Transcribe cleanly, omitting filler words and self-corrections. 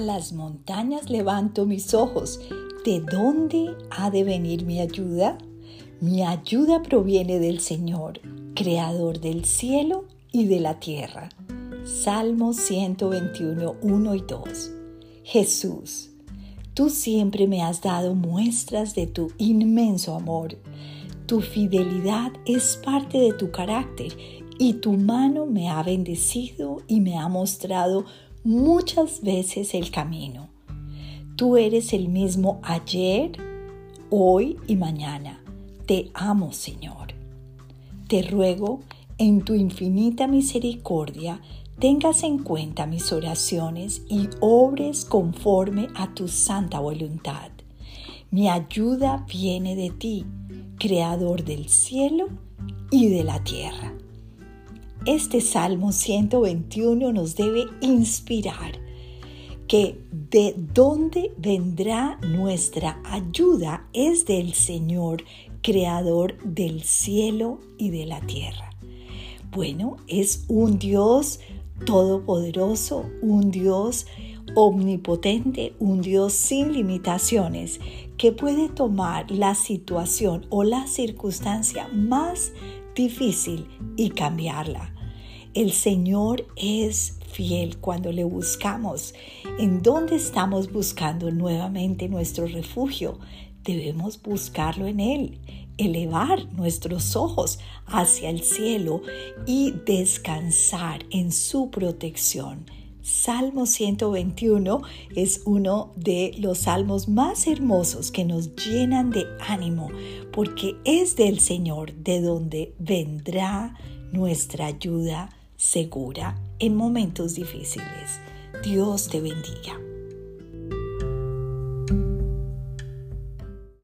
las montañas levanto mis ojos. ¿De dónde ha de venir mi ayuda? Mi ayuda proviene del Señor, creador del cielo y de la tierra. Salmos 121, 1 y 2. Jesús, tú siempre me has dado muestras de tu inmenso amor. Tu fidelidad es parte de tu carácter y tu mano me ha bendecido y me ha mostrado muchas veces el camino. Tú eres el mismo ayer, hoy y mañana. Te amo, Señor. Te ruego, en tu infinita misericordia, tengas en cuenta mis oraciones y obres conforme a tu santa voluntad. Mi ayuda viene de ti, creador del cielo y de la tierra. Este Salmo 121 nos debe inspirar que de dónde vendrá nuestra ayuda es del Señor, creador del cielo y de la tierra. Bueno, es un Dios todopoderoso, un Dios omnipotente, un Dios sin limitaciones, que puede tomar la situación o la circunstancia más difícil y cambiarla. El Señor es fiel cuando le buscamos. ¿En dónde estamos buscando nuevamente nuestro refugio? Debemos buscarlo en Él, elevar nuestros ojos hacia el cielo y descansar en su protección. Salmo 121 es uno de los salmos más hermosos que nos llenan de ánimo, porque es del Señor de donde vendrá nuestra ayuda segura en momentos difíciles. Dios te bendiga.